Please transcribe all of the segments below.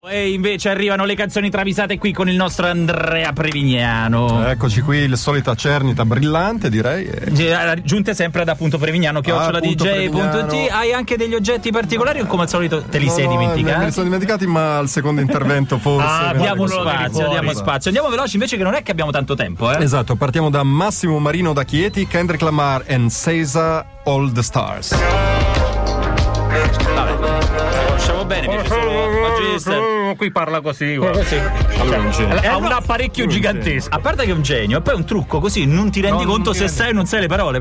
E invece arrivano le canzoni travisate qui con il nostro Andrea Prevignano. Eccoci qui, la solita cernita brillante, direi. Giunte sempre ad appunto Prevignano, @dj.it. Hai anche degli oggetti particolari o come al solito te li sei dimenticati? Me li sono dimenticati, ma al secondo intervento forse. Diamo spazio. Andiamo veloci invece che non è che abbiamo tanto tempo. Esatto, partiamo da Massimo Marino da Chieti, Kendrick Lamar and SZA, All the Stars. Conosciamo bene, piace solo Magister. Qui parla così, Allora, ha un apparecchio gigantesco. A parte che è un genio, e poi è un trucco, così non ti rendi conto se sai o non sai le parole.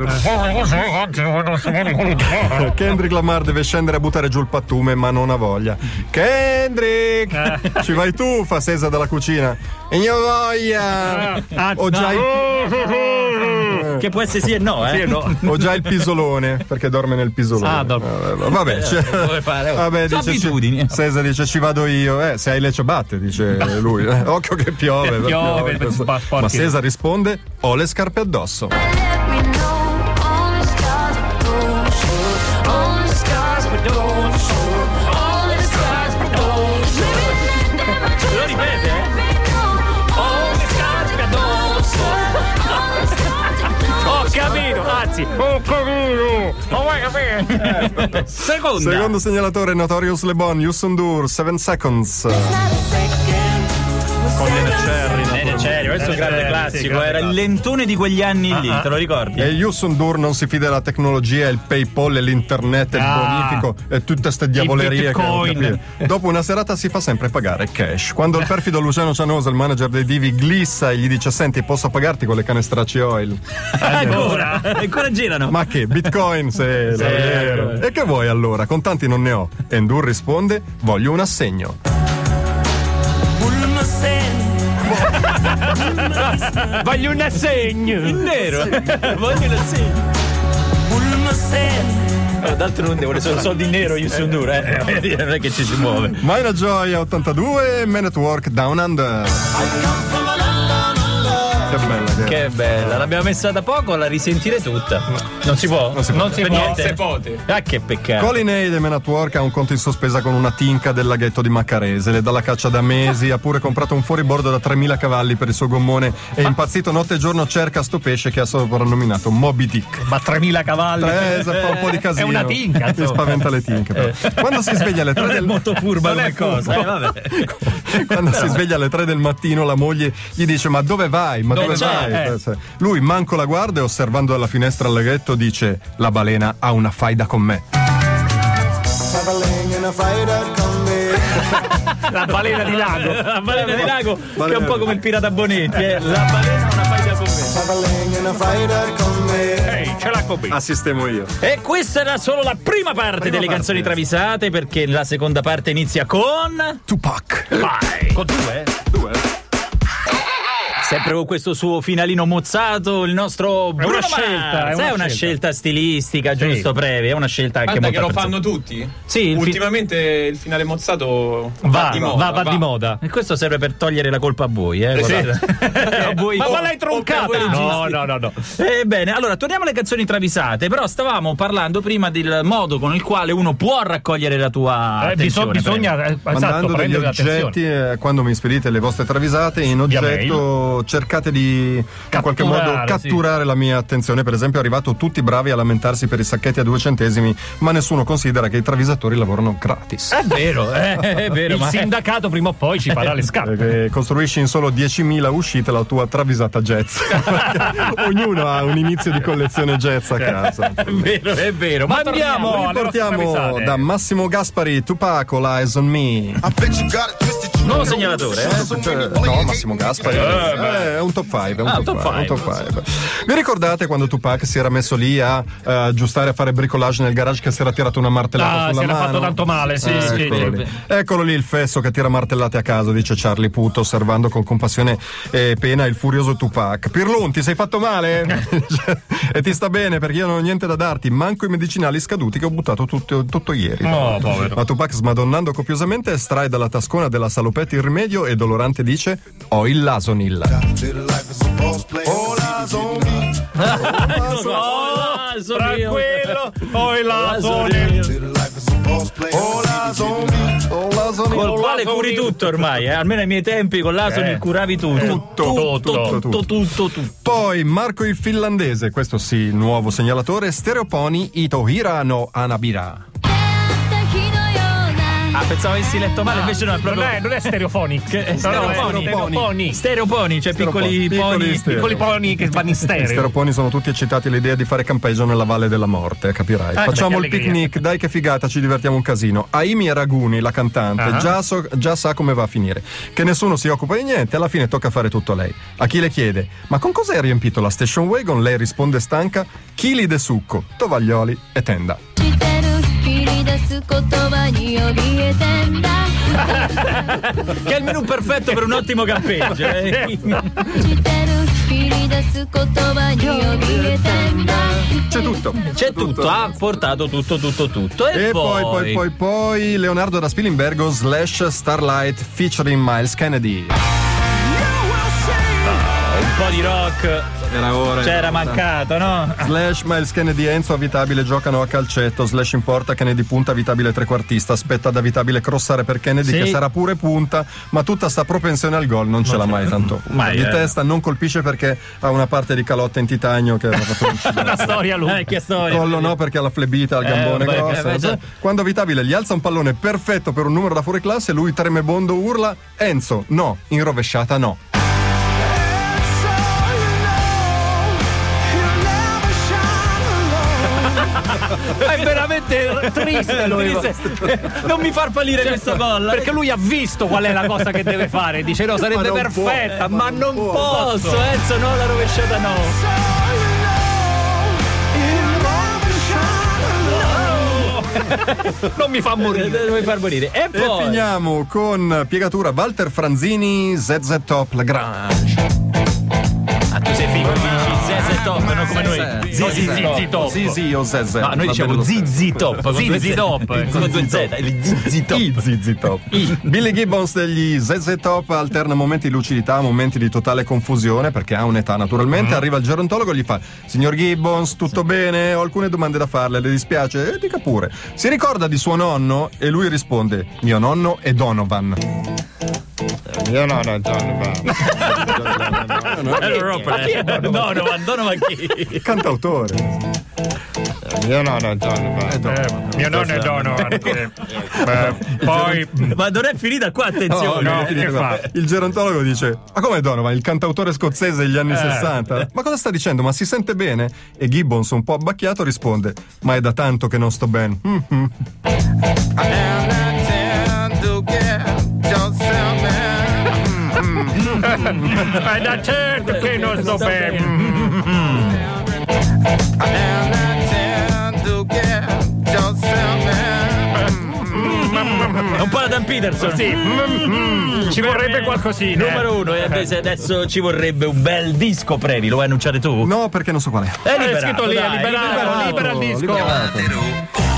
Kendrick Lamar deve scendere a buttare giù il pattume, ma non ha voglia. Kendrick, ci vai tu, fa SZA dalla cucina. E io voglia. Che può essere sì e no, Sì e no. Ho già il pisolone, perché dorme nel pisolone. Vabbè, vabbè, dice abitudini. SZA dice ci vado io. Se hai le ciabatte, dice lui. Occhio che piove. Ma SZA risponde: ho le scarpe addosso. Lo ripete? Ho capito, anzi, ho capito. Ma vuoi capire? Secondo segnalatore, Notorious Lebon, Houston Dur, 7 Seconds. Con Nene Cherry, questo è un grande classico, era il lentone di quegli anni lì, te lo ricordi? E Houston Dur non si fida della tecnologia, il PayPal, l'internet, il bonifico e tutte ste diavolerie che non capire. Dopo una serata si fa sempre pagare cash. Quando il perfido Luciano Cianosa, il manager dei Divi, glissa e gli dice: senti, posso pagarti con le canestracci oil? Ancora girano. Ma che, Bitcoin, se vero. E che vuoi allora? Contanti non ne ho. E Ndur risponde: voglio un assegno. Voglio un assegno in nero. Voglio un assegno. D'altronde vuole solo soldi in nero Houston Dur, non è che ci si muove. Maina Gioia 82, Man at Work Down Under. Che bella che bella, l'abbiamo messa da poco, la risentire tutta. Non si può? Non si Niente. pote. Ah, che peccato. Colin Hay dei Man at Work ha un conto in sospesa con una tinca del laghetto di Maccarese, le dà la caccia da mesi, ha pure comprato un fuoribordo da 3.000 cavalli per il suo gommone e impazzito notte e giorno cerca sto pesce che ha soprannominato Moby Dick. Ma 3.000 cavalli? Fa un po' di casino. È una tinca. Ti spaventa le tinche. Però. Quando si sveglia alle 3 del molto furba come cosa. Vabbè. Quando si sveglia alle 3 del mattino la moglie gli dice: ma dove vai? Ma dove vai? Lui manco la guarda e osservando dalla finestra al laghetto dice: la balena ha una faida con me. La balena di lago. La balena di lago che è un po' come il pirata Bonetti, La balena ha una faida con me. Ehi, ce l'ha con me. Assistemo io. E questa era solo la prima parte delle canzoni travisate, perché la seconda parte inizia con Tupac. Vai. Con due? Sempre con questo suo finalino mozzato, il nostro Bruno Mars. È una scelta stilistica, giusto, Previ? È una scelta anche molto che lo fanno tutti? Sì, ultimamente il finale mozzato va di moda. E questo serve per togliere la colpa a voi, guardate. A voi. Ma l'hai troncata? No. Bene, allora torniamo alle canzoni travisate, però stavamo parlando prima del modo con il quale uno può raccogliere la tua attenzione. Bisogna mandando degli oggetti, quando mi spedite le vostre travisate in oggetto cercate di in qualche modo catturare la mia attenzione. Per esempio è arrivato tutti bravi a lamentarsi per i sacchetti a 2 centesimi, ma nessuno considera che i travisatori lavorano gratis. È vero. Il sindacato prima o poi ci farà le scarpe. Costruisci in solo 10.000 uscite la tua travisata jazz. Ognuno ha un inizio di collezione jazz a casa. È vero. Ma riportiamo da Massimo Gaspari, Tupac, All Eyes on Me. Nuovo segnalatore, No, Massimo Gaspari. È un top 5. Vi ricordate quando Tupac si era messo lì a aggiustare, a fare bricolage nel garage, che si era tirato una martellata sulla mano? Si era fatto tanto male, sì. Eccolo lì il fesso che tira martellate a caso, dice Charlie Puth, osservando con compassione e pena il furioso Tupac. Pirlun, ti sei fatto male? E ti sta bene, perché io non ho niente da darti, manco i medicinali scaduti che ho buttato tutto ieri. Povero. Ma Tupac, smadonnando copiosamente, estrae dalla tascona della salopetta il rimedio e dolorante dice: ho il Lasonil. Tranquillo, ho il Lasonil. Col quale curi tutto ormai, almeno ai miei tempi con l'Asonil curavi tutto. Tutto. Poi Marco il finlandese, questo sì, nuovo segnalatore, Stereoponi Itohira no Anabira. Pensavo avessi letto male, invece no, è proprio. Non è stereofonic. Stereoponi, cioè piccoli poni che vanno in stereo. I stereoponi sono tutti eccitati all'idea di fare campeggio nella Valle della Morte, capirai. Facciamo il picnic, dai che figata, ci divertiamo un casino. Aimi Raguni, la cantante, già sa come va a finire. Che nessuno si occupa di niente, alla fine tocca fare tutto a lei. A chi le chiede: ma con cosa hai riempito la station wagon? Lei risponde stanca: chili de succo, tovaglioli e tenda. Che è il menù perfetto per un ottimo campeggio. C'è tutto, ha portato tutto. E poi Leonardo da Spilimbergo / Starlight featuring Miles Kennedy. Un po' di rock era ora, c'era mancato, no? / Miles Kennedy e Enzo Avitabile giocano a calcetto. / importa Kennedy punta, Avitabile trequartista. Aspetta ad Avitabile crossare per Kennedy, che sarà pure punta, ma tutta sta propensione al gol non ce l'ha mai tanto. Di testa non colpisce perché ha una parte di calotta in titanio che era fatto una storia lunga. Che storia? Collo no, perché ha la flebita al gambone grossa. Quando Avitabile gli alza un pallone perfetto per un numero da fuori classe, lui tremebondo urla: Enzo, no, in rovesciata no. È veramente triste lui. Non mi far fallire questo gol, perché lui ha visto qual è la cosa che deve fare. Dice no, sarebbe perfetta, ma non posso. Enzo, no, la rovesciata no. Non mi fa morire. Devi far morire. E poi finiamo con piegatura Walter Franzini, ZZ Top Lagrange. Tu sei figo, dici ZZ Top, non come noi. Zizi Top. Zizi o ZZ. No, noi diciamo Zizi Top. Zizi Top. Con due Z. Zizi Top. Billy Gibbons degli ZZ Top alterna momenti di lucidità, momenti di totale confusione, perché ha un'età naturalmente. Arriva il gerontologo e gli fa: signor Gibbons, tutto bene? Ho alcune domande da farle, le dispiace? Dica pure. Si ricorda di suo nonno? E lui risponde: mio nonno è Donovan. Io no, Donovan. Donovan chi? Cantautore. Mio nonno è Donovan. Mio nonno è Donovan. Poi. Ma non è finita qua, attenzione. No, che fa? Il gerontologo dice: ma come Donovan, il cantautore scozzese degli anni 60? Ma cosa sta dicendo? Ma si sente bene? E Gibbons, un po' abbacchiato, risponde: ma è da tanto che non sto bene. È da certo che non sto bene. È un po' la Dan Peterson. Sì. Ci vorrebbe qualcosina. Numero 1. E adesso ci vorrebbe un bel disco, Previ. Lo vuoi annunciare tu? No, perché non so qual è. È scritto lì, libera il disco. Liberato.